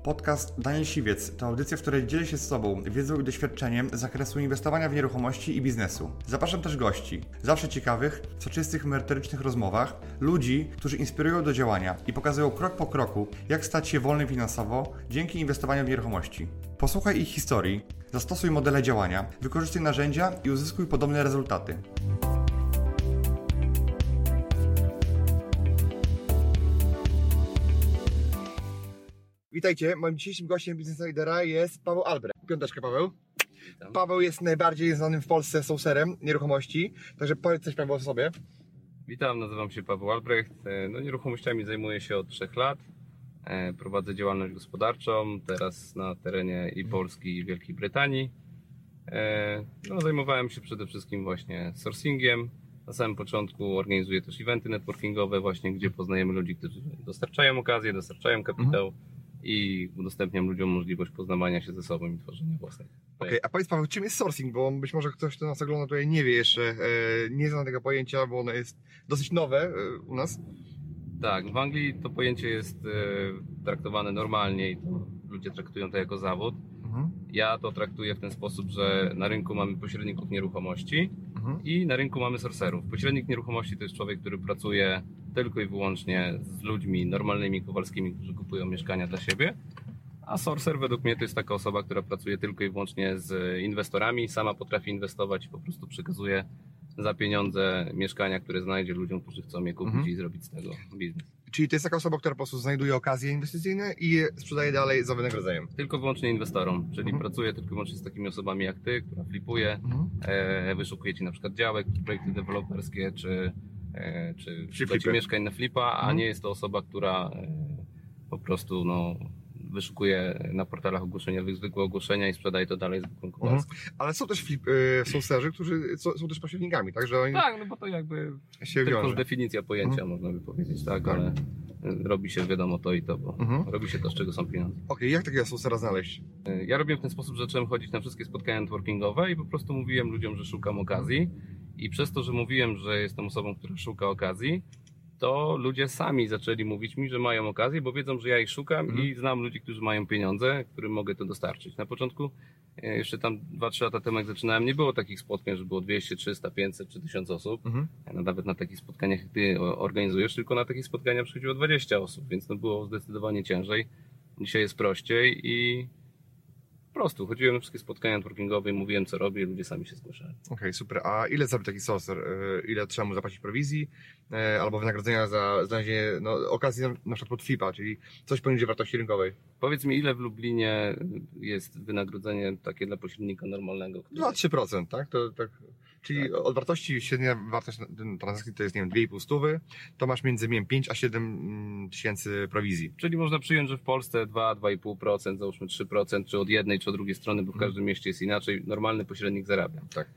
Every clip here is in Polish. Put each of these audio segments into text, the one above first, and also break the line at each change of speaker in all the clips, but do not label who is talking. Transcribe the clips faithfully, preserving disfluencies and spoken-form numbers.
Podcast Daniel Siwiec to audycja, w której dzielę się z Tobą wiedzą i doświadczeniem z zakresu inwestowania w nieruchomości i biznesu. Zapraszam też gości, zawsze ciekawych, w soczystych, merytorycznych rozmowach, ludzi, którzy inspirują do działania i pokazują krok po kroku, jak stać się wolnym finansowo dzięki inwestowaniu w nieruchomości. Posłuchaj ich historii, zastosuj modele działania, wykorzystuj narzędzia i uzyskuj podobne rezultaty. Witajcie, moim dzisiejszym gościem Business Lidera jest Paweł Albrecht. Piąteczka, Paweł.
Witam.
Paweł jest najbardziej znanym w Polsce sourcerem nieruchomości, także powiedz coś, Paweł, o sobie.
Witam, nazywam się Paweł Albrecht. No, nieruchomościami zajmuję się od trzech lat. Prowadzę działalność gospodarczą, teraz na terenie i Polski, i Wielkiej Brytanii. No, zajmowałem się przede wszystkim właśnie sourcingiem. Na samym początku organizuję też eventy networkingowe, właśnie gdzie poznajemy ludzi, którzy dostarczają okazję, dostarczają kapitał. Mhm. I udostępniam ludziom możliwość poznawania się ze sobą i tworzenia własnych.
Okej, okay, a powiedz, Paweł, czym jest sourcing? Bo być może ktoś, kto nas ogląda, tutaj nie wie jeszcze, e, nie zna tego pojęcia, bo ono jest dosyć nowe e, u nas.
Tak, w Anglii to pojęcie jest e, traktowane normalnie i to ludzie traktują to jako zawód. Mhm. Ja to traktuję w ten sposób, że na rynku mamy pośredników nieruchomości mhm. i na rynku mamy sourcerów. Pośrednik nieruchomości to jest człowiek, który pracuje tylko i wyłącznie z ludźmi normalnymi, kowalskimi, którzy kupują mieszkania dla siebie. A sourcer według mnie to jest taka osoba, która pracuje tylko i wyłącznie z inwestorami, sama potrafi inwestować i po prostu przekazuje za pieniądze mieszkania, które znajdzie ludziom, którzy chcą je kupić mhm. i zrobić z tego biznes.
Czyli to jest taka osoba, która po prostu znajduje okazje inwestycyjne i je sprzedaje dalej za wynagrodzeniem?
Tylko wyłącznie inwestorom, czyli mhm. pracuje tylko i wyłącznie z takimi osobami jak ty, która flipuje, mhm. e, wyszukuje ci na przykład działek, projekty deweloperskie, czy e, czy szuka ci mieszkań na flipa, a mhm. nie jest to osoba, która e, po prostu no wyszukuje na portalach ogłoszeniowych zwykłe ogłoszenia i sprzedaje to dalej zwykłym kowalskim.
Mhm. Ale są też flip, y, sourcerzy, którzy są, są też pośrednikami, tak? Że oni
tak, no bo to jakby się tylko już definicja pojęcia, mhm. można by powiedzieć, tak, tak, ale robi się wiadomo to i to, bo mhm. robi się to, z czego są pieniądze.
Okej, okay, jak takiego sourcera znaleźć?
Ja robię w ten sposób, że zacząłem chodzić na wszystkie spotkania networkingowe i po prostu mówiłem ludziom, że szukam okazji i przez to, że mówiłem, że jestem osobą, która szuka okazji, to ludzie sami zaczęli mówić mi, że mają okazję, bo wiedzą, że ja ich szukam mhm. i znam ludzi, którzy mają pieniądze, którym mogę to dostarczyć. Na początku, jeszcze tam dwa trzy lata temu jak zaczynałem, nie było takich spotkań, że było dwieście, trzysta, pięćset czy tysiąc osób. Mhm. Nawet na takich spotkaniach, jak ty organizujesz, tylko na takich spotkaniach przychodziło dwadzieścia osób, więc to było zdecydowanie ciężej. Dzisiaj jest prościej i po prostu chodziłem na wszystkie spotkania networkingowe i mówiłem, co robię i ludzie sami się zgłaszali.
Okej, okay, super. A ile zarobi taki sourcer? Ile trzeba mu zapłacić prowizji albo wynagrodzenia za znalezienie no, okazji na, na przykład pod flipa, czyli coś poniżej wartości rynkowej?
Powiedz mi, ile w Lublinie jest wynagrodzenie takie dla pośrednika normalnego?
dwa do trzech procent, tak? To, tak. Czyli tak. Od wartości, średnia wartość transakcji to jest, nie wiem, dwie i pół stówy, to masz między pięć a siedem tysięcy prowizji.
Czyli można przyjąć, że w Polsce dwa do dwóch i pół procent, załóżmy trzy procent, czy od jednej, czy od drugiej strony, bo w każdym mieście jest inaczej, normalny pośrednik zarabia.
Tak.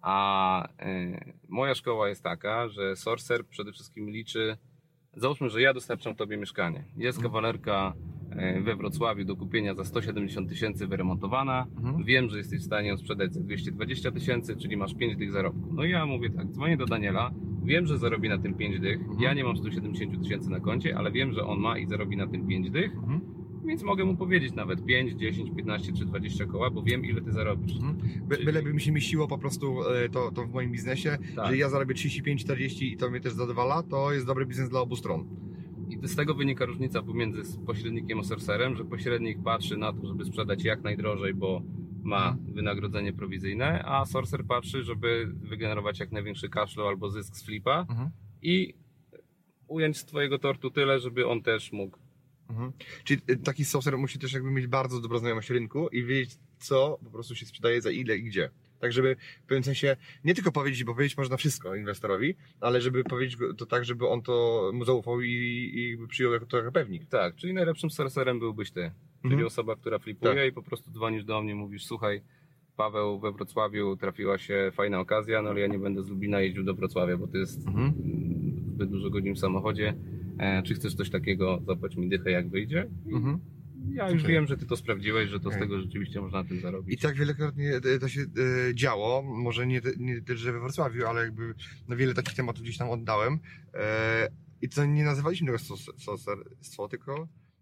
A y, moja szkoła jest taka, że sourcer przede wszystkim liczy, załóżmy, że ja dostarczam tobie mieszkanie. Jest kawalerka we Wrocławiu do kupienia za sto siedemdziesiąt tysięcy wyremontowana. Mhm. Wiem, że jesteś w stanie ją sprzedać za dwieście dwadzieścia tysięcy, czyli masz pięć dych zarobku. No i ja mówię tak, dzwonię do Daniela, wiem, że zarobi na tym pięć dych, mhm. ja nie mam sto siedemdziesiąt tysięcy na koncie, ale wiem, że on ma i zarobi na tym pięć dych, mhm. więc mogę mu powiedzieć nawet pięć, dziesięć, piętnaście czy dwadzieścia koła, bo wiem, ile ty zarobisz. Mhm.
By, czyli... Byleby mi się mieściło po prostu to, to w moim biznesie, tak. że ja zarobię trzydzieści pięć czterdzieści i to mnie też zadowala, to jest dobry biznes dla obu stron.
I z tego wynika różnica pomiędzy pośrednikiem a sourcerem, że pośrednik patrzy na to, żeby sprzedać jak najdrożej, bo ma wynagrodzenie prowizyjne, a sourcer patrzy, żeby wygenerować jak największy cashflow albo zysk z flipa mhm. i ująć z twojego tortu tyle, żeby on też mógł.
Mhm. Czyli taki sourcer musi też jakby mieć bardzo dobrą znajomość rynku i wiedzieć, co po prostu się sprzedaje, za ile i gdzie. Tak, żeby w pewnym sensie nie tylko powiedzieć, bo powiedzieć można wszystko inwestorowi, ale żeby powiedzieć to tak, żeby on to mu zaufał i, i przyjął jako trochę pewnik.
Tak, czyli najlepszym sourcerem byłbyś ty, czyli mhm. osoba, która flipuje tak. i po prostu dzwonisz do mnie, mówisz, słuchaj, Paweł, we Wrocławiu trafiła się fajna okazja, no ale ja nie będę z Lublina jeździł do Wrocławia, bo to jest mhm. zbyt dużo godzin w samochodzie. E, czy chcesz coś takiego, zapłać mi dychę jak wyjdzie? Mhm. Ja już okay. wiem, że ty to sprawdziłeś, że to okay. z tego rzeczywiście można na tym zarobić.
I tak wielokrotnie to się e, działo, może nie, nie też, że we Wrocławiu, ale jakby no wiele takich tematów gdzieś tam oddałem. E, I to nie nazywaliśmy tego sourcerstwo, tylko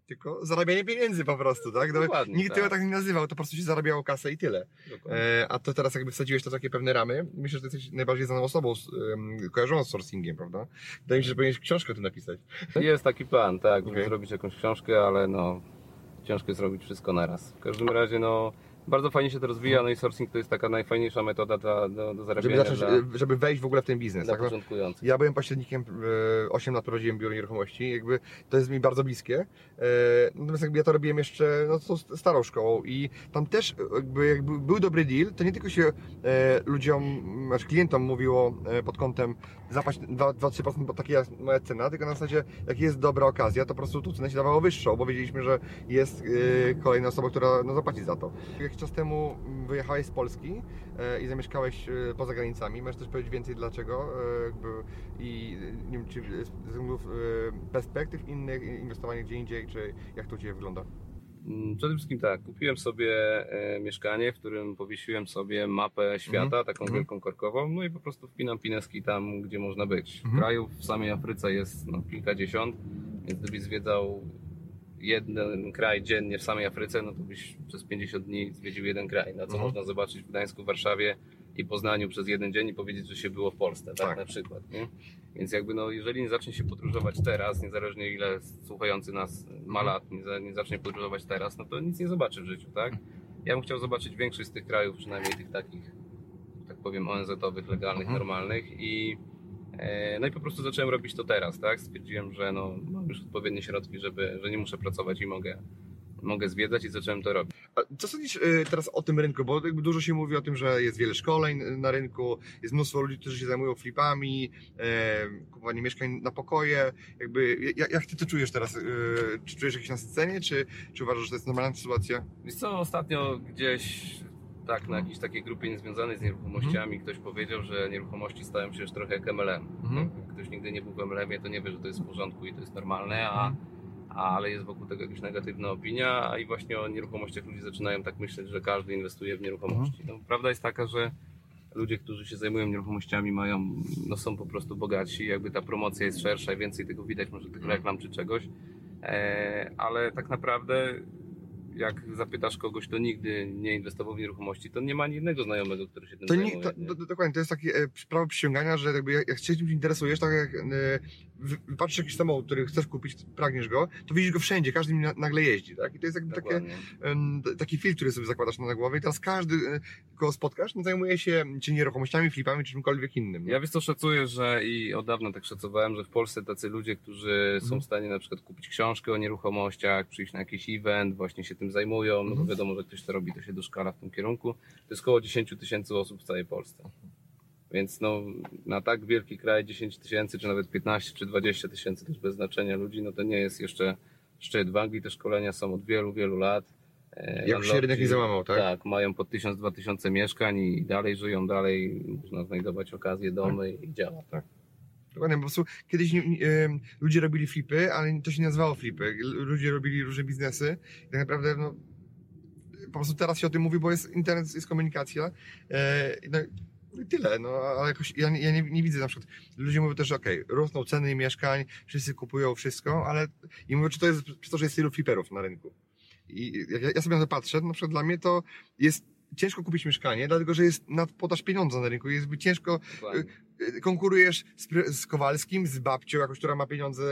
tylko zarabianie pieniędzy po prostu, tak? No,
Dokładnie,
nikt
tak.
tego tak nie nazywał, to po prostu się zarabiało kasę i tyle. E, a to teraz jakby wsadziłeś to w takie pewne ramy. Myślę, że ty jesteś najbardziej znaną osobą z, um, kojarzoną z sourcingiem, prawda? Wydaje mi się, że powinieneś książkę o tym napisać.
Jest taki plan, tak, żeby
Okay.
zrobić jakąś książkę, ale no ciężko jest zrobić wszystko naraz. W każdym razie no bardzo fajnie się to rozwija, no i sourcing to jest taka najfajniejsza metoda do, do, do zarabiania
Żeby, zacząć,
dla,
żeby wejść w ogóle w ten biznes.
dla
Tak? No,
początkujących.
ja byłem pośrednikiem, e, osiem lat prowadziłem biuro nieruchomości, jakby to jest mi bardzo bliskie. E, natomiast jakby ja to robiłem jeszcze no, z tą starą szkołą i tam też jakby, jakby był dobry deal, to nie tylko się e, ludziom, znaczy klientom mówiło e, pod kątem zapłać dwa do trzech procent, bo taka jest moja cena, tylko na zasadzie jak jest dobra okazja, to po prostu tu cenę się dawało wyższą, bo wiedzieliśmy, że jest e, kolejna osoba, która no, zapłaci za to. Jakiś czas temu wyjechałeś z Polski e, i zamieszkałeś e, poza granicami, możesz też powiedzieć więcej dlaczego e, jakby, i nie wiem, czy z względów e, perspektyw innych, inwestowanie gdzie indziej, czy jak to u Ciebie wygląda?
Przede wszystkim tak, kupiłem sobie e, mieszkanie, w którym powiesiłem sobie mapę świata,
Mhm.
taką
Mhm.
wielką korkową, no i po prostu wpinam pineski tam, gdzie można być.
Mhm.
Krajów w samej Afryce jest no, kilkadziesiąt, więc gdybyś zwiedzał jeden kraj dziennie w samej Afryce, no to byś przez pięćdziesiąt dni zwiedził jeden kraj, na co
Mhm.
można zobaczyć w Gdańsku, Warszawie i Poznaniu przez jeden dzień i powiedzieć, że się było w Polsce, tak,
Tak.
na przykład. Nie? Więc jakby no, jeżeli nie zacznie się podróżować teraz, niezależnie ile słuchający nas ma lat, nie, za- nie zacznie podróżować teraz, no to nic nie zobaczy w życiu, tak? Ja bym chciał zobaczyć większość z tych krajów, przynajmniej tych takich, tak powiem, O N Z-owych, legalnych,
Mhm.
normalnych i e, no i po prostu zacząłem robić to teraz, tak? Stwierdziłem, że no, mam już odpowiednie środki, żeby, że nie muszę pracować i mogę, mogę zwiedzać i zacząłem to robić.
A co sądzisz e, teraz o tym rynku? Bo jakby dużo się mówi o tym, że jest wiele szkoleń na rynku, jest mnóstwo ludzi, którzy się zajmują flipami, e, kupowaniem mieszkań na pokoje. Jakby, jak, jak Ty to czujesz teraz? E, czy czujesz jakieś nasycenie, czy, czy uważasz, że to jest normalna sytuacja?
Wiesz co, ostatnio gdzieś tak na jakiejś takiej grupie niezwiązanej z nieruchomościami ktoś powiedział, że nieruchomości stają się już trochę jak M L M.
Mhm.
Jak ktoś nigdy nie był w M L M-ie, to nie wie, że to jest w porządku i to jest normalne, a, ale jest wokół tego jakaś negatywna opinia, a i właśnie o nieruchomościach ludzie zaczynają tak myśleć, że każdy inwestuje w nieruchomości. No, prawda jest taka, że ludzie, którzy się zajmują nieruchomościami mają, no są po prostu bogatsi, jakby ta promocja jest szersza i więcej tego widać, może tych reklam czy czegoś, e, ale tak naprawdę jak zapytasz kogoś, kto nigdy nie inwestował w nieruchomości, to nie ma ani jednego znajomego, który się tym
To
zajmuje.
nie, to,
nie?
do, do, dokładnie, to jest takie e, prawo przysięgania, że jakby jak, jak się czymś interesujesz, tak jak e, wy- patrzysz jakiś samochód, który chcesz kupić, pragniesz go, to widzisz go wszędzie, każdy nim na, nagle jeździ, tak? I to jest jakby takie,
Dokładnie.
em, t- taki filtr, który sobie zakładasz na głowie i teraz każdy, e, kogo spotkasz, no, zajmuje się czy nieruchomościami, flipami, czy czymkolwiek innym.
Ja wiesz co, szacuję, że i od dawna tak szacowałem, że w Polsce tacy ludzie, którzy są
Mhm.
w stanie na przykład kupić książkę o nieruchomościach, przyjść na jakiś event, właśnie się tym zajmują, no bo
Mhm.
wiadomo, że ktoś to robi, to się doszkala w tym kierunku. To jest około dziesięć tysięcy osób w całej Polsce. Więc no, na tak wielki kraj dziesięć tysięcy, czy nawet piętnaście, czy dwadzieścia tysięcy, też bez znaczenia ludzi, no to nie jest jeszcze szczyt. W Anglii te szkolenia są od wielu, wielu lat. E,
Jak się
landlordzi-
rynek nie załamał, tak?
Tak, mają po tysiąc, dwa tysiące mieszkań i dalej żyją, dalej można znajdować okazje, domy i działa. Tak.
Dokładnie, po prostu kiedyś nie, nie, em, ludzie robili flipy, ale to się nie nazywało flipy. L- Ludzie robili różne biznesy i tak naprawdę no, po prostu teraz się o tym mówi, bo jest internet, jest komunikacja. E, no, i tyle, no ale jakoś ja, nie- ja nie, nie widzę na przykład, ludzie mówią też, że okej, rosną ceny mieszkań, wszyscy kupują wszystko, ale i mówią, czy to jest przez to, że jest tylu fliperów na rynku. I jak ja, ja sobie na to patrzę, na przykład dla mnie to jest ciężko kupić mieszkanie, dlatego że jest nadpodaż pieniądza na rynku, jest ciężko
Dokładnie.
y, konkurujesz z, Pr- z Kowalskim, z babcią jakoś, która ma pieniądze,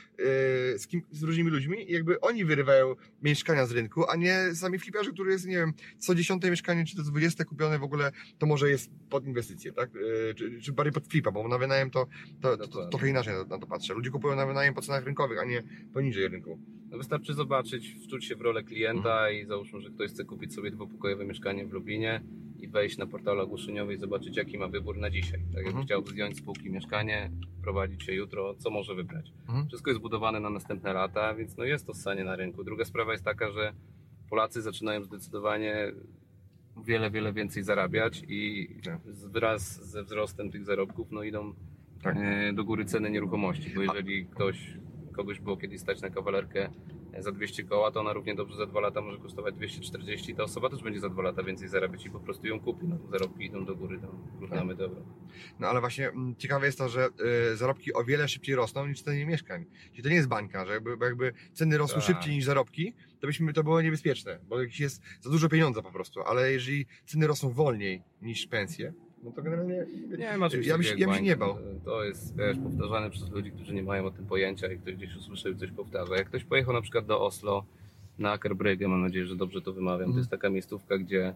y, z, kim, z różnymi ludźmi i jakby oni wyrywają mieszkania z rynku, a nie sami fliperzy, który jest, nie wiem, co dziesiąte mieszkanie, czy to dwudzieste kupione w ogóle, to może jest pod inwestycję, tak? Y, czy, czy bardziej pod flipa, bo na wynajem to, to, to, to trochę inaczej na, na to patrzę. Ludzie kupują na wynajem po cenach rynkowych, a nie poniżej rynku.
No wystarczy zobaczyć, wczuć się w rolę klienta i załóżmy, że ktoś chce kupić sobie dwupokojowe mieszkanie w Lublinie i wejść na portal ogłoszeniowy i zobaczyć, jaki ma wybór na dzisiaj. Tak jakby
Mhm.
chciał zdjąć z spółki mieszkanie, prowadzić się jutro, co może wybrać.
Mhm.
Wszystko jest budowane na następne lata, więc no jest to ssanie na rynku. Druga sprawa jest taka, że Polacy zaczynają zdecydowanie wiele, wiele więcej zarabiać i
Tak.
z- wraz ze wzrostem tych zarobków no idą
Tak.
e, do góry ceny nieruchomości, bo jeżeli ktoś, kogoś było kiedyś stać na kawalerkę za dwieście koła, to ona równie dobrze za dwa lata może kosztować dwieście czterdzieści, ta osoba też będzie za dwa lata więcej zarabiać i po prostu ją kupi. No, zarobki idą do góry, to równamy dobro.
No ale właśnie m, ciekawe jest to, że y, zarobki o wiele szybciej rosną niż ceny mieszkań. Czyli to nie jest bańka, że jakby, bo jakby ceny rosły
Tak.
szybciej niż zarobki, to byśmy to było niebezpieczne, bo jakieś jest za dużo pieniądza po prostu, ale jeżeli ceny rosną wolniej niż pensje, no to generalnie
Nie, masz
ja bym się, ja bym się nie bał.
To jest, wiesz, powtarzane przez ludzi, którzy nie mają o tym pojęcia i ktoś gdzieś usłyszał i coś powtarza. Jak ktoś pojechał na przykład do Oslo, na Akerbrygge, mam nadzieję, że dobrze to wymawiam,
Mhm.
to jest taka miejscówka, gdzie,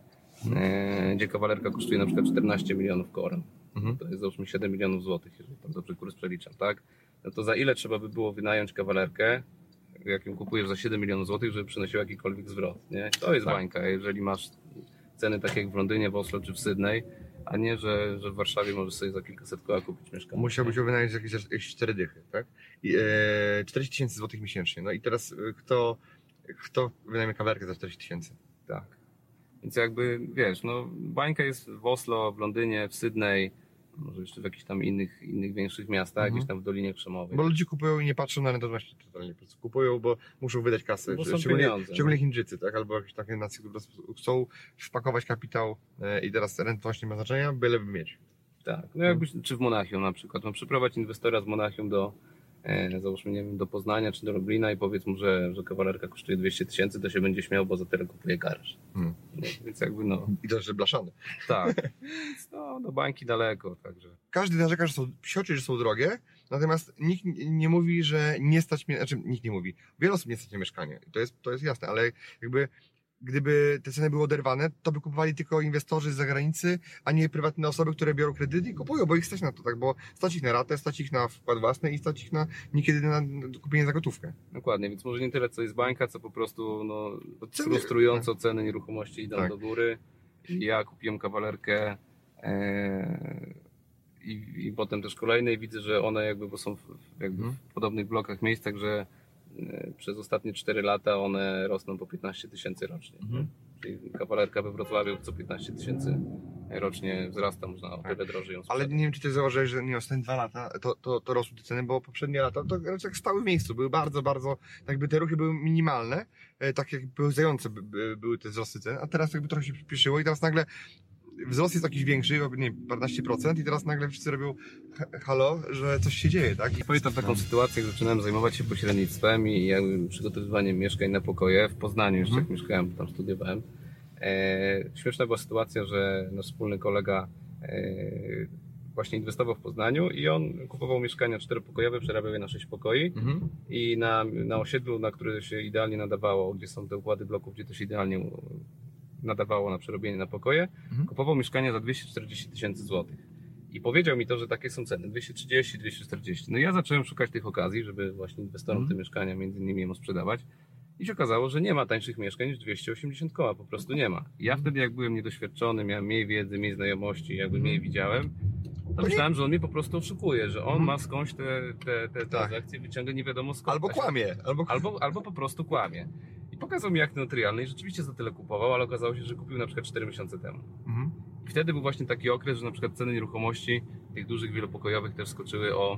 e, gdzie kawalerka kosztuje na przykład czternaście milionów koron.
Mhm.
To jest załóżmy siedem milionów złotych, jeżeli tam dobrze kurs przeliczam, tak? No to za ile trzeba by było wynająć kawalerkę, jak ją kupujesz za siedem milionów złotych, żeby przynosił jakikolwiek zwrot, nie? To jest
Tak.
bańka, jeżeli masz ceny takie jak w Londynie, w Oslo czy w Sydney, a nie, że, że w Warszawie możesz sobie za kilkaset koła kupić mieszkanie.
Musiałbyś ją wynająć jakieś, jakieś cztery dychy, tak? I, e, czterdzieści tysięcy złotych miesięcznie. No i teraz e, kto, kto wynajmie kawalerkę za czterdzieści tysięcy?
Tak. Więc jakby, wiesz, no bańka jest w Oslo, w Londynie, w Sydney, może jeszcze w jakichś tam innych, innych większych miastach,
Mhm.
gdzieś tam w Dolinie Krzemowej.
Bo ludzie kupują i nie patrzą na rentowności totalnie. Po prostu kupują, bo muszą wydać kasę.
Bo są
szczególnie,
pieniądze.
szczególnie Chińczycy, tak? Albo jakieś takie nacje, które po prostu chcą wpakować kapitał e, i teraz rentowność nie ma znaczenia, byleby mieć.
Tak, no jakbyś, czy w Monachium na przykład, no przyprowadź inwestora z Monachium do, e, załóżmy, nie wiem, do Poznania czy do Lublina i powiedz mu, że, że kawalerka kosztuje dwieście tysięcy, to się będzie śmiał, bo za tyle kupuje garaż.
Hmm.
Nie? Więc jakby no,
I to, że blaszany.
tak, więc no do bańki daleko, także.
Każdy narzeka, że są psioczy, że są drogie, natomiast nikt nie mówi, że nie stać mnie, znaczy nikt nie mówi. Wiele osób nie stać na mieszkanie. To jest, to jest jasne, ale jakby gdyby te ceny były oderwane, to by kupowali tylko inwestorzy z zagranicy, a nie prywatne osoby, które biorą kredyty i kupują, bo ich stać na to, tak? Bo stać ich na ratę, stać ich na wkład własny i stać ich na niekiedy na kupienie za gotówkę.
Dokładnie, więc może nie tyle co jest bańka, co po prostu no,
Ceny-
frustrująco ceny nieruchomości idą
Tak.
do góry. I ja kupiłem kawalerkę e, i, i potem też kolejne i widzę, że one jakby, bo są w, w- jakby
Mhm.
w podobnych blokach, miejscach, że e, przez ostatnie cztery lata one rosną po piętnaście tysięcy rocznie.
Mhm.
Czyli kawalerka we Wrocławiu co piętnaście tysięcy rocznie wzrasta, można o tyle drożej ją
Ale
sprzedać.
nie wiem, czy ty zauważyłeś, że nie ostatnie dwa lata to, to, to rosły te ceny, bo poprzednie lata to raczej tak stały w miejscu, były bardzo, bardzo, jakby te ruchy były minimalne, e, tak jak pełzające by, by, były te wzrosty cen, a teraz jakby trochę się przyspieszyło i teraz nagle wzrost jest jakiś większy, jakby, nie wiem, paręnaście procent i teraz nagle wszyscy robią ha- halo, że coś się dzieje, tak? I
Pamiętam taką sytuację, jak zaczynałem zajmować się pośrednictwem i jakby przygotowywaniem mieszkań na pokoje w Poznaniu, jeszcze
Mhm.
jak mieszkałem, tam studiowałem. E, śmieszna była sytuacja, że nasz wspólny kolega e, właśnie inwestował w Poznaniu i on kupował mieszkania czteropokojowe, przerabiał je na sześć pokoi
Mhm.
i na, na osiedlu, na które się idealnie nadawało, gdzie są te układy bloków, gdzie to się idealnie nadawało na przerobienie na pokoje,
Mhm.
kupował mieszkania za dwieście czterdzieści tysięcy złotych. I powiedział mi to, że takie są ceny, dwieście trzydzieści, dwieście czterdzieści. No i ja zacząłem szukać tych okazji, żeby właśnie inwestorom
Mhm.
te mieszkania między innymi jemu sprzedawać. I się okazało, że nie ma tańszych mieszkań niż dwieście osiemdziesiąt koła, po prostu nie ma. I ja wtedy jak byłem niedoświadczony, miałem mniej wiedzy, mniej znajomości, jakby mniej widziałem, to
nie-
myślałem, że on mnie po prostu oszukuje, że on
Mhm.
ma skądś te, te, te transakcje, wyciąga nie wiadomo skąd.
Albo
Tak się-
kłamie, albo,
Albo, albo po prostu kłamie. I pokazał mi akt notarialny i rzeczywiście za tyle kupował, ale okazało się, że kupił na przykład cztery miesiące temu.
Mhm.
I wtedy był właśnie taki okres, że na przykład ceny nieruchomości tych dużych wielopokojowych też skoczyły o,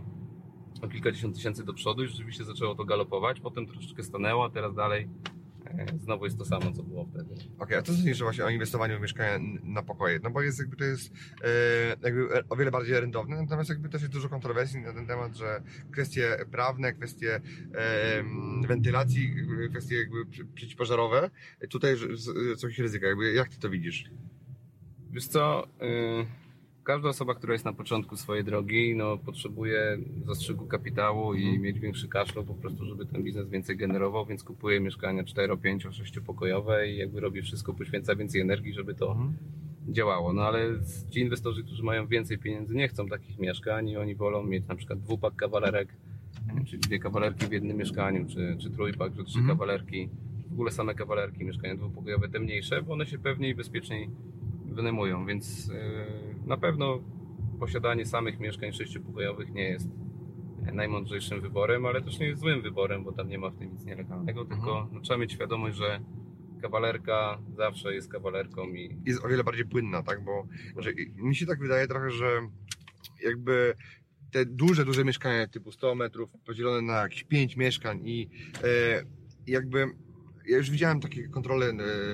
o kilkadziesiąt tysięcy do przodu i rzeczywiście zaczęło to galopować. Potem troszeczkę stanęło, a teraz dalej e, znowu jest to samo, co było wtedy.
Okej, a co sądzisz właśnie o inwestowaniu w mieszkania n- na pokoje? No bo jest jakby to jest e, jakby o wiele bardziej rentowne, natomiast jakby też jest dużo kontrowersji na ten temat, że kwestie prawne, kwestie e, m, wentylacji, jakby kwestie jakby przy- przeciwpożarowe, tutaj że- z- są jakieś ryzyka, jakby jak ty to widzisz?
Wiesz co, y, każda osoba, która jest na początku swojej drogi, no, potrzebuje zastrzyku kapitału i
Mhm.
mieć większy cashflow po prostu, żeby ten biznes więcej generował, więc kupuje mieszkania cztero, pięcio, sześciopokojowe i jakby robi wszystko, poświęca więcej energii, żeby to działało. No ale ci inwestorzy, którzy mają więcej pieniędzy, nie chcą takich mieszkań i oni wolą mieć na przykład dwupak kawalerek, czyli dwie kawalerki w jednym mieszkaniu, czy, czy trójpak, że trzy
Mhm.
kawalerki, w ogóle same kawalerki, mieszkania dwupokojowe, te mniejsze, bo one się pewniej i bezpieczniej wynajmują, więc yy, na pewno posiadanie samych mieszkań sześciopokojowych nie jest najmądrzejszym wyborem, ale też nie jest złym wyborem, bo tam nie ma w tym nic nielegalnego, tylko no, trzeba mieć świadomość, że kawalerka zawsze jest kawalerką i
Jest o wiele bardziej płynna, tak, bo że, mi się tak wydaje trochę, że jakby te duże, duże mieszkania typu sto metrów podzielone na jakieś pięć mieszkań i e, jakby ja już widziałem takie kontrole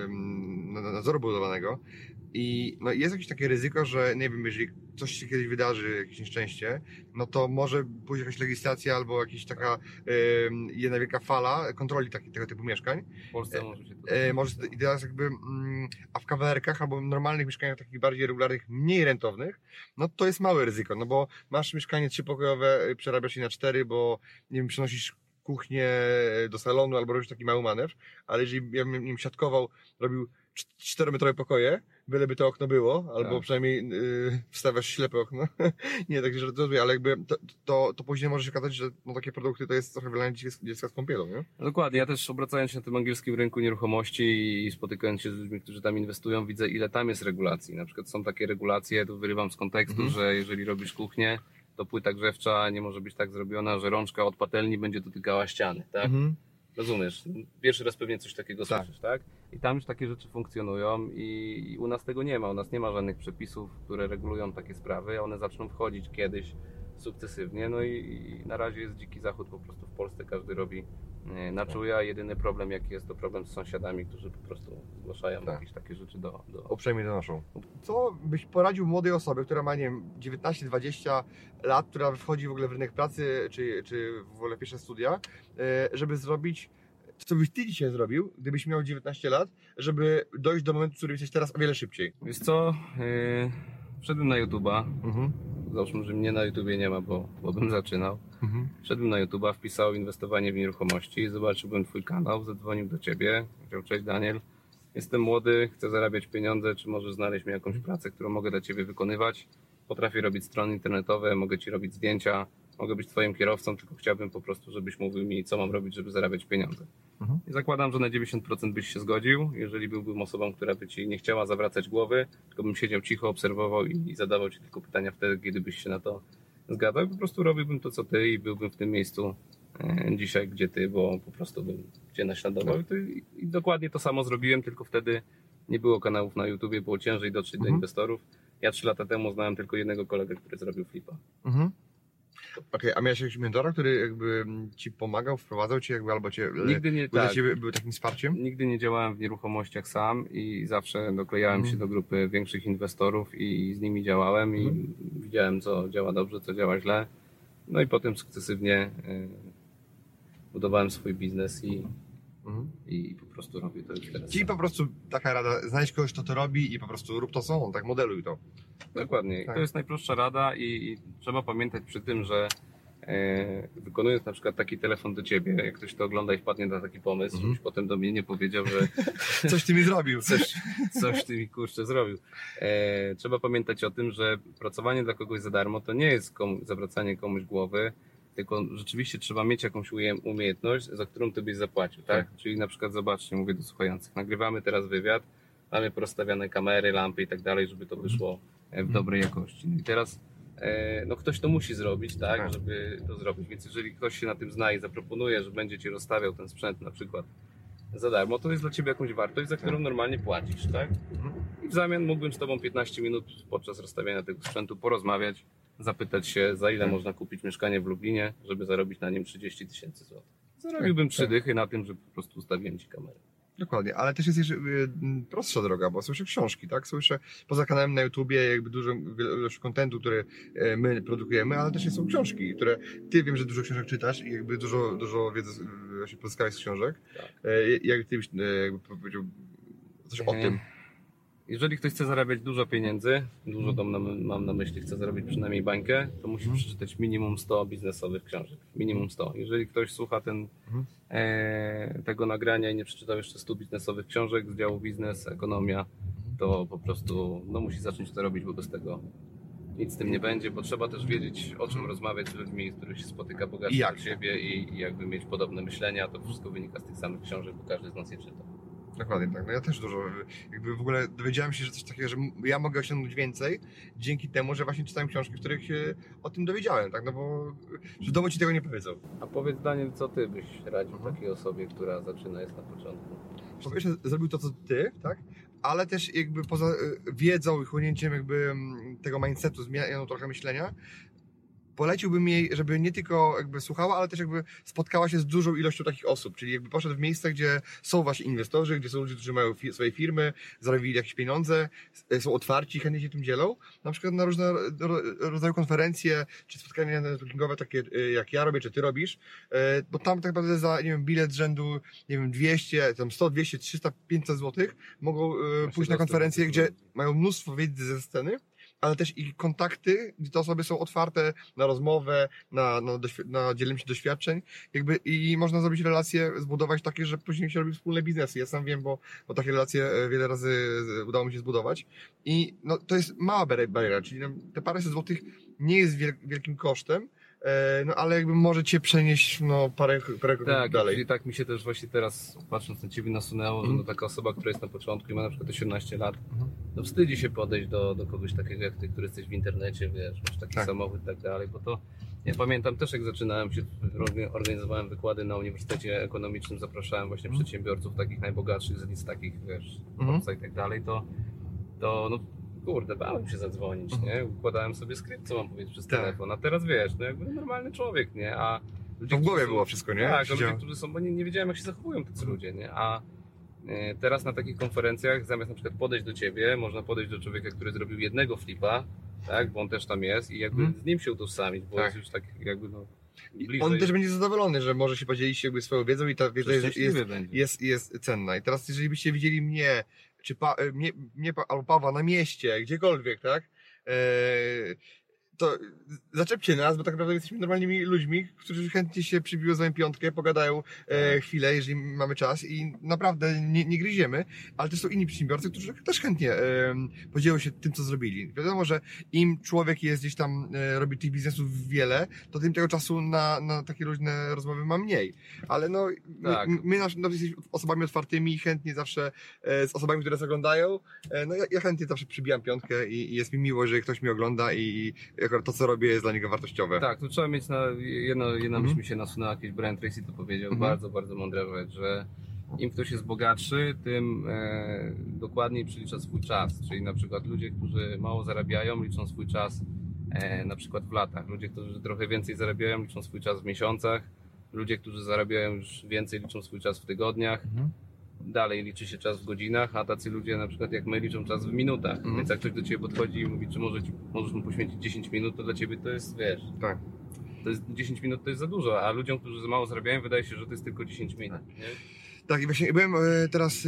nadzoru budowlanego i no jest jakieś takie ryzyko, że nie wiem, jeżeli coś się kiedyś wydarzy, jakieś nieszczęście, no to może pójść jakaś legislacja albo jakaś taka y, jedna wielka fala kontroli taki, tego typu mieszkań.
W Polsce może się to...
E, może i teraz jakby, mm, a w kawalerkach albo normalnych mieszkaniach takich bardziej regularnych, mniej rentownych, no to jest małe ryzyko, no bo masz mieszkanie trzypokojowe, przerabiasz je na cztery, bo nie wiem, przenosisz kuchnię do salonu albo robisz taki mały manewr, ale jeżeli ja bym nim siatkował, robił czterometrowe pokoje, byleby to okno było, albo
tak.
przynajmniej yy, wstawiasz ślepe okno. Nie, tak że to ale jakby to, to, to później może się okazać, że no, takie produkty to jest trochę wylanie dziecka z kąpielą, nie?
No dokładnie, ja też obracając się na tym angielskim rynku nieruchomości i spotykając się z ludźmi, którzy tam inwestują, widzę ile tam jest regulacji. Na przykład są takie regulacje, to wyrywam z kontekstu, mhm. że jeżeli robisz kuchnię, to płyta grzewcza nie może być tak zrobiona, że rączka od patelni będzie dotykała ściany, tak? Mhm. Rozumiesz? Pierwszy raz pewnie coś takiego tak. słyszysz, tak? I tam już takie rzeczy funkcjonują i, i u nas tego nie ma. U nas nie ma żadnych przepisów, które regulują takie sprawy. One zaczną wchodzić kiedyś sukcesywnie. No i, i na razie jest dziki zachód po prostu w Polsce. Każdy robi e, na czuja. Jedyny problem jaki jest, to problem z sąsiadami, którzy po prostu zgłaszają tak. jakieś takie rzeczy do... do...
Uprzejmie donoszą. Co byś poradził młodej osobie, która ma, nie wiem, dziewiętnaście dwadzieścia lat, która wchodzi w ogóle w rynek pracy, czy, czy w ogóle pierwsze studia, żeby zrobić, co byś ty dzisiaj zrobił, gdybyś miał dziewiętnaście lat, żeby dojść do momentu, w którym jesteś teraz o wiele szybciej?
Wiesz co, yy, wszedłem na YouTube'a, mhm. załóżmy, że mnie na YouTubie nie ma, bo, bo bym zaczynał. Mhm. Wszedłem na YouTube'a, wpisał inwestowanie w nieruchomości, zobaczyłbym twój kanał, zadzwonił do ciebie, powiedział: cześć Daniel, jestem młody, chcę zarabiać pieniądze, czy możesz znaleźć mi jakąś pracę, którą mogę dla ciebie wykonywać? Potrafię robić strony internetowe, mogę ci robić zdjęcia, mogę być twoim kierowcą, tylko chciałbym po prostu, żebyś mówił mi, co mam robić, żeby zarabiać pieniądze. Mhm. I zakładam, że na dziewięćdziesiąt procent byś się zgodził, jeżeli byłbym osobą, która by ci nie chciała zawracać głowy, tylko bym siedział cicho, obserwował i, i zadawał ci tylko pytania wtedy, kiedy byś się na to zgadzał. Po prostu robiłbym to, co ty i byłbym w tym miejscu e, dzisiaj, gdzie ty, bo po prostu bym cię naśladował. I, to, i, I dokładnie to samo zrobiłem, tylko wtedy nie było kanałów na YouTubie, było ciężej dotrzeć mhm. do inwestorów. Ja trzy lata temu znałem tylko jednego kolegę, który zrobił flipa. Mhm.
Okej, okay, a miałeś jakiegoś mentora, który jakby ci pomagał, wprowadzał cię jakby, albo cię,
Nigdy nie,
był,
tak.
dla ciebie, był takim wsparciem?
Nigdy nie działałem w nieruchomościach sam i zawsze doklejałem mm. się do grupy większych inwestorów i z nimi działałem i mm. widziałem, co działa dobrze, co działa źle. No i potem sukcesywnie y, budowałem swój biznes i, mm. i po prostu robię to już teraz.
Czyli po prostu taka rada, znajdź kogoś, kto to robi i po prostu rób to samo, tak modeluj to.
Dokładnie. Tak. To jest najprostsza rada i, i trzeba pamiętać przy tym, że e, wykonując na przykład taki telefon do ciebie, jak ktoś to ogląda i wpadnie na taki pomysł, mm. żebyś potem do mnie nie powiedział, że
coś ty mi zrobił.
Coś, coś ty mi kurczę zrobił. E, trzeba pamiętać o tym, że pracowanie dla kogoś za darmo to nie jest komu, zawracanie komuś głowy, tylko rzeczywiście trzeba mieć jakąś umiejętność, za którą ty byś zapłacił, tak? tak? Czyli na przykład zobaczcie, mówię do słuchających, nagrywamy teraz wywiad, mamy porozstawiane kamery, lampy i tak dalej, żeby to wyszło w dobrej jakości. No i teraz e, no ktoś to musi zrobić, tak, tak, żeby to zrobić. Więc jeżeli ktoś się na tym zna i zaproponuje, że będzie ci rozstawiał ten sprzęt na przykład za darmo, to jest dla ciebie jakąś wartość, za którą normalnie płacisz, tak? I w zamian mógłbym z tobą piętnaście minut podczas rozstawiania tego sprzętu porozmawiać, zapytać się, za ile można kupić mieszkanie w Lublinie, żeby zarobić na nim trzydzieści tysięcy złotych. Zarobiłbym trzy dychy na tym, że po prostu ustawiłem ci kamerę.
Dokładnie, ale też jest jeszcze prostsza droga, bo słyszę książki, tak? Słyszę poza kanałem na YouTubie jakby dużo ilość kontentu, który my produkujemy, ale też są książki, które ty wiem, że dużo książek czytasz i jakby dużo, dużo wiedzy właśnie pozyskałeś z książek. Tak. Jak ty byś jakby powiedział coś o tym?
Jeżeli ktoś chce zarabiać dużo pieniędzy, dużo dom na, mam na myśli, chce zarobić przynajmniej bańkę, to musi hmm. przeczytać minimum sto biznesowych książek. Minimum sto. Jeżeli ktoś słucha ten, hmm. e, tego nagrania i nie przeczytał jeszcze stu biznesowych książek z działu biznes, ekonomia, to po prostu no, musi zacząć to robić, bo bez tego nic z tym nie będzie, bo trzeba też wiedzieć, o czym rozmawiać z ludźmi, z których się spotyka bogaci od siebie i, i jakby mieć podobne myślenia. To wszystko wynika z tych samych książek, bo każdy z nas je czyta.
Dokładnie tak. No ja też dużo, jakby w ogóle dowiedziałem się, że coś takiego, że ja mogę osiągnąć więcej dzięki temu, że właśnie czytałem książki, w których się o tym dowiedziałem, tak, no bo że w domu ci tego nie powiedzą.
A powiedz Daniel, co ty byś radził mhm. takiej osobie, która zaczyna, jest na początku?
Po pierwsze zrobił to, co ty, tak, ale też jakby poza wiedzą i chłonięciem jakby tego mindsetu, zmianą trochę myślenia, poleciłbym jej, żeby nie tylko jakby słuchała, ale też jakby spotkała się z dużą ilością takich osób, czyli jakby poszedł w miejsca, gdzie są właśnie inwestorzy, gdzie są ludzie, którzy mają fi- swoje firmy, zarobili jakieś pieniądze, s- są otwarci, chętnie się tym dzielą, na przykład na różne ro- rodzaju konferencje, czy spotkania networkingowe takie jak ja robię, czy ty robisz, e, bo tam tak naprawdę za, nie wiem, bilet rzędu, nie wiem, dwieście, tam sto, dwieście, trzysta, pięćset złotych mogą e, pójść na konferencje, gdzie mają mnóstwo wiedzy ze sceny, ale też i kontakty, gdzie te osoby są otwarte na rozmowę, na, na, doświ- na dzielenie się doświadczeń, jakby i można zrobić relacje, zbudować takie, że później się robi wspólne biznesy. Ja sam wiem, bo, bo takie relacje e, wiele razy e, udało mi się zbudować i no, to jest mała bary- bariera, czyli no, te paręset złotych nie jest wiel- wielkim kosztem, e, no ale jakby może cię przenieść no, parę, parę kroków
Tak,
dalej.
czyli tak mi się też właśnie teraz, patrząc na ciebie, nasunęło, że
Mhm.
no taka osoba, która jest na początku i ma na przykład osiemnaście lat,
Mhm.
to wstydzi się podejść do, do kogoś takiego jak ty, który jesteś w internecie, wiesz, masz taki
Tak.
samochód i tak dalej, bo to ja pamiętam też jak zaczynałem się, organizowałem wykłady na Uniwersytecie Ekonomicznym, zapraszałem właśnie
Mhm.
przedsiębiorców takich najbogatszych, z list takich, wiesz,
Mhm.
Forbesa i tak dalej, to, to no kurde, bałem się zadzwonić,
Mhm.
nie? Układałem sobie skrypt, co mam powiedzieć przez
Tak.
telefon, a teraz wiesz, no jakby normalny człowiek, nie? A ludzie,
To w głowie
którzy są-
było wszystko, nie?
Tak, a ludzie,
Siedziałem.
którzy są, bo nie, nie wiedziałem jak się zachowują tacy ludzie, nie? A e, teraz na takich konferencjach, zamiast na przykład podejść do ciebie, można podejść do człowieka, który zrobił jednego flipa, tak, bo on też tam jest i jakby
Mhm.
z nim się utożsamić, bo
Tak.
jest już tak jakby no
I
bliżej.
on też będzie zadowolony, że może się podzielić jakby swoją wiedzą i ta wiedza jest, jest,
Szczęśliwy będzie.
jest, jest cenna. I teraz, jeżeli byście widzieli mnie, czy pa, mnie, mnie pa- albo Pawła na mieście, gdziekolwiek, tak? Eee, to zaczepcie nas, bo tak naprawdę jesteśmy normalnymi ludźmi, którzy chętnie się przybiją za piątkę, pogadają e, chwilę, jeżeli mamy czas i naprawdę nie, nie gryziemy, ale też są inni przedsiębiorcy, którzy też chętnie e, podzielą się tym, co zrobili. Wiadomo, że im człowiek jest gdzieś tam, e, robi tych biznesów wiele, to tym tego czasu na, na takie luźne rozmowy ma mniej. Ale no,
Tak.
my, my nasz, no, jesteśmy osobami otwartymi i chętnie zawsze e, z osobami, które nas oglądają, e, no ja, ja chętnie zawsze przybijam piątkę i, i jest mi miło, że ktoś mnie ogląda i, i akurat to, co robię, jest dla niego wartościowe.
Tak, tu trzeba mieć na jedno, jedna
Mhm.
myśl mi się nasunęła, jakiś Brian Tracy to powiedział,
Mhm.
bardzo, bardzo mądra rzecz, że im ktoś jest bogatszy, tym e, dokładniej przylicza swój czas. Czyli na przykład ludzie, którzy mało zarabiają, liczą swój czas e, na przykład w latach. Ludzie, którzy trochę więcej zarabiają, liczą swój czas w miesiącach. Ludzie, którzy zarabiają już więcej, liczą swój czas w tygodniach.
Mhm.
Dalej liczy się czas w godzinach, a tacy ludzie na przykład jak my liczą czas w minutach.
Mhm.
Więc jak ktoś do ciebie podchodzi i mówi, czy może, ci- możesz mu poświęcić dziesięć minut, to dla ciebie to jest, wiesz,
Tak.
to jest dziesięć minut to jest za dużo, a ludziom, którzy za mało zarabiają, wydaje się, że to jest tylko dziesięć minut. Nie?
Tak, i właśnie byłem e, teraz e,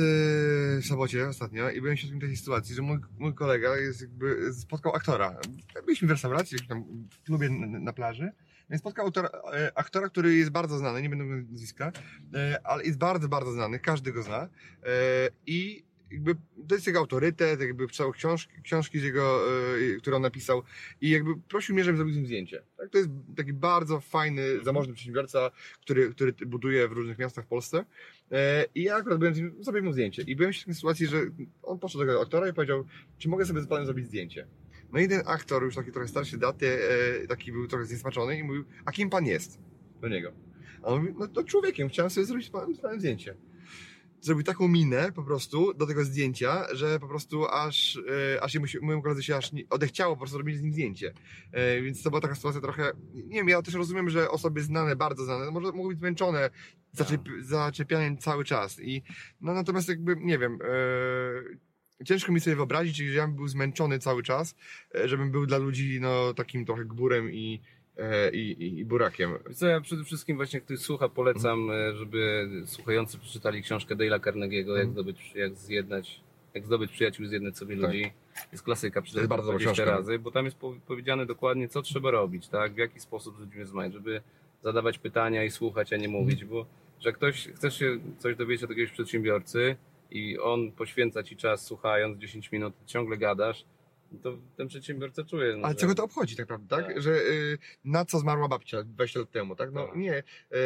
w sobocie ostatnio i byłem świadkiem takiej sytuacji, że mój, mój kolega jest jakby spotkał aktora. Byliśmy w restauracji, jakimś tam w klubie na, na plaży. Więc spotkał autora, e, aktora, który jest bardzo znany, nie będę mówił nazwiska, e, ale jest bardzo, bardzo znany, każdy go zna. E, I jakby to jest jego autorytet, jakby czytał książki, książki z jego, e, które on napisał i jakby prosił mnie, żebym zrobił z nim zdjęcie. Tak? To jest taki bardzo fajny, zamożny przedsiębiorca, który, który buduje w różnych miastach w Polsce. E, I ja akurat byłem z nim, zrobiłem mu zdjęcie. I byłem w takiej sytuacji, że on poszedł do tego aktora i powiedział, czy mogę sobie z panem zrobić zdjęcie. No i ten aktor, już taki trochę starszy daty, e, taki był trochę zniesmaczony i mówił, a kim pan jest? Do niego. A on mówi, no to człowiekiem, chciałem sobie zrobić z panem, z panem zdjęcie. Zrobił taką minę po prostu do tego zdjęcia, że po prostu aż, e, aż jemu się, mojemu koledze się aż nie, odechciało po prostu robić z nim zdjęcie. E, więc to była taka sytuacja trochę, nie wiem, ja też rozumiem, że osoby znane, bardzo znane, może mogą być zmęczone zaczep, zaczepianiem cały czas. I, no natomiast jakby, nie wiem, e, ciężko mi sobie wyobrazić, że ja bym był zmęczony cały czas, e, żebym był dla ludzi no takim trochę gburem i, e, i, i, i burakiem.
Wiesz co, ja przede wszystkim właśnie ktoś słucha, polecam, e, żeby słuchający przeczytali książkę Dale'a Carnegie'ego, jak
Mhm.
zdobyć, jak zjednać, jak zdobyć przyjaciół i zjednać sobie
Tak.
ludzi. Jest klasyka,
To jest
przeczytałem
bardzo dobra
dwadzieścia
książka.
razy, bo tam jest po- powiedziane dokładnie, co trzeba robić, tak? W jaki sposób z ludźmi rozmawiać, żeby zadawać pytania i słuchać, a nie mówić, bo że ktoś, chcesz się coś dowiedzieć od jakiegoś przedsiębiorcy i on poświęca ci czas słuchając dziesięć minut, ciągle gadasz, to ten przedsiębiorca czuje. No,
Ale
że-
czego to obchodzi tak naprawdę, tak?
Tak.
Że y, na co zmarła babcia dwadzieścia lat temu, tak? No
Tak.
nie. Y,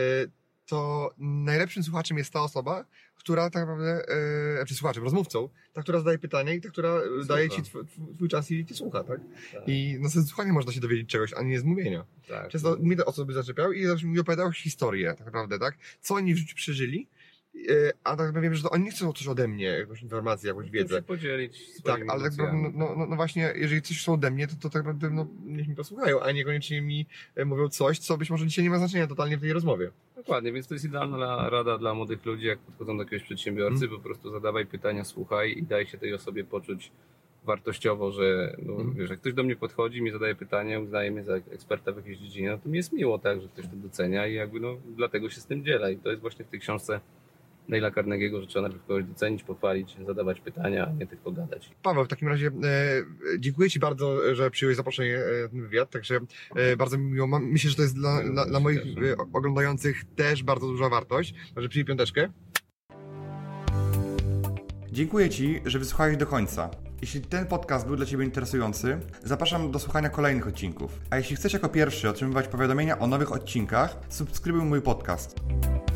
to najlepszym słuchaczem jest ta osoba, która tak naprawdę, y, znaczy słuchaczem, rozmówcą, ta, która zadaje pytania i ta, która
Słucha.
daje ci tw, tw, twój czas i cię słucha, tak?
Tak,
I no ze słuchania można się dowiedzieć czegoś, a nie z mówienia.
tak.
Często mnie te osoby zaczepiały i zawsze mi opowiadały historię tak naprawdę, tak? Co oni w życiu przeżyli
a tak naprawdę wiem, że to oni nie chcą coś ode mnie, jakąś informację, jakąś wiedzę.
Chcą się podzielić
Tak,
swoimi
ale tak naprawdę,
emocjami.
no, no, no właśnie, jeżeli coś chcą ode mnie, to, to tak naprawdę no, niech mi posłuchają, a niekoniecznie mi e, mówią coś, co być może dzisiaj nie ma znaczenia totalnie w tej rozmowie.
Dokładnie, więc to jest idealna rada dla młodych ludzi, jak podchodzą do jakiegoś przedsiębiorcy,
Mm.
po prostu zadawaj pytania, słuchaj i daj się tej osobie poczuć wartościowo, że no,
Mm.
wiesz, jak ktoś do mnie podchodzi, mi zadaje pytania, uznaje mnie za eksperta w jakiejś dziedzinie, no to mi jest miło, tak, że ktoś to docenia i jakby no dlatego się z tym dziela i to jest właśnie w tej książce Dale'a Carnegie'ego, że trzeba najpierw kogoś docenić, pochwalić, zadawać pytania, a nie tylko gadać.
Paweł, w takim razie e, dziękuję Ci bardzo, że przyjąłeś zaproszenie e, na ten wywiad, także e, bardzo mi miło. Mam, myślę, że to jest dla, dla, dla moich e, oglądających też bardzo duża wartość, także przyjmij piąteczkę.
Dziękuję Ci, że wysłuchałeś do końca. Jeśli ten podcast był dla Ciebie interesujący, zapraszam do słuchania kolejnych odcinków. A jeśli chcesz jako pierwszy otrzymywać powiadomienia o nowych odcinkach, subskrybuj mój podcast.